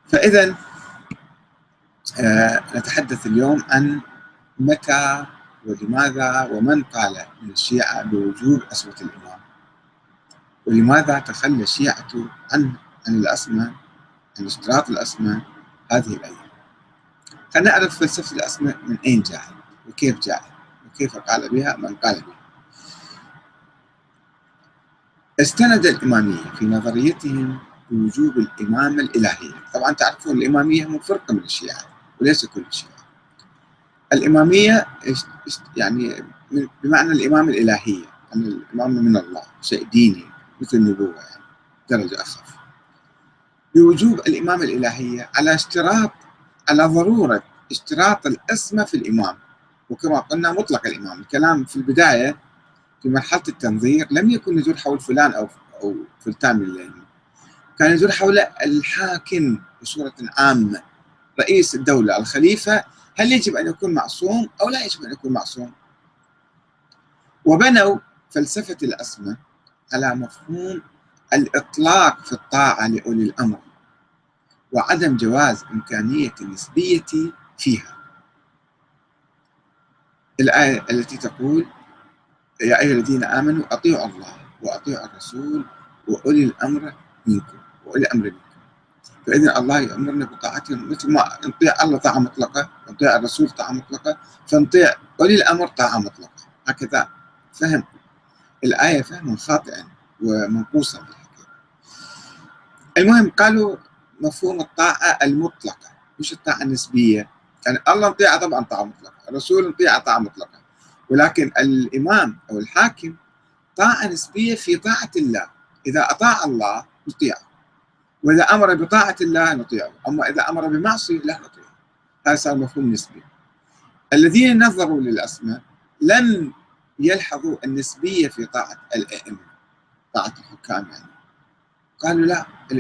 فإذا نتحدث اليوم عن متى ولماذا ومن قال من الشيعة بوجوب عصمة الإمام، ولماذا تخلى الشيعة عن العصمة، عن اشتراط العصمة هذه الأيام. خلينا نعرف فلسفة العصمة من أين جاءت وكيف جاءت وكيف قال بها من قال بها. استند الإمامية في نظريتهم بوجوب الإمامة الإلهية. طبعا تعرفون الإمامية هم فرقة من الشيعة وليس كل الشيعة. الإمامية يعني بمعنى الإمامة الإلهية، يعني الإمامة من الله، شيء ديني مثل النبوة، يعني درجة أخف. بوجوب الإمامة الإلهية على ضرورة اشتراط العصمة في الإمام، وكما قلنا مطلق الإمام. الكلام في البداية في مرحلة التنظير لم يكن يدور حول فلان أو فلتان من الأئمة، كان يدور حول الحاكم بصورة عامة، رئيس الدولة الخليفة، هل يجب أن يكون معصوم أو لا يجب أن يكون معصوم؟ وبنوا فلسفة العصمة على مفهوم الإطلاق في الطاعة لأولي الأمر وعدم جواز إمكانية النسبية فيها. الآية التي تقول: يا أيها الذين آمنوا أطيعوا الله وأطيعوا الرسول وأولي الأمر منكم فإذا الله يأمرنا بطاعتهم، مثل ما نطيع الله طاعة مطلقة، نطيع الرسول طاعة مطلقة، فنطيع أولي الأمر طاعة مطلقة. هكذا فهم الآية فهما خاطئا ومنقوصا في الحقيقة. المهم قالوا مفهوم الطاعة المطلقة مش الطاعة النسبية. يعني الله نطيعه طبعا طاعة مطلقة، الرسول نطيعه طاعة مطلقة، ولكن الإمام أو الحاكم طاعة نسبية في طاعة الله. إذا أطاع الله نطيعه، وإذا أمر بطاعة الله نطيعه، أما إذا أمر بمعصية لا نطيعه. هذا صار مفهوم نسبي. الذين نظروا للعصمة لم يلحظوا النسبية في طاعة الأئمة، طاعة الحكام، يعني قالوا لا،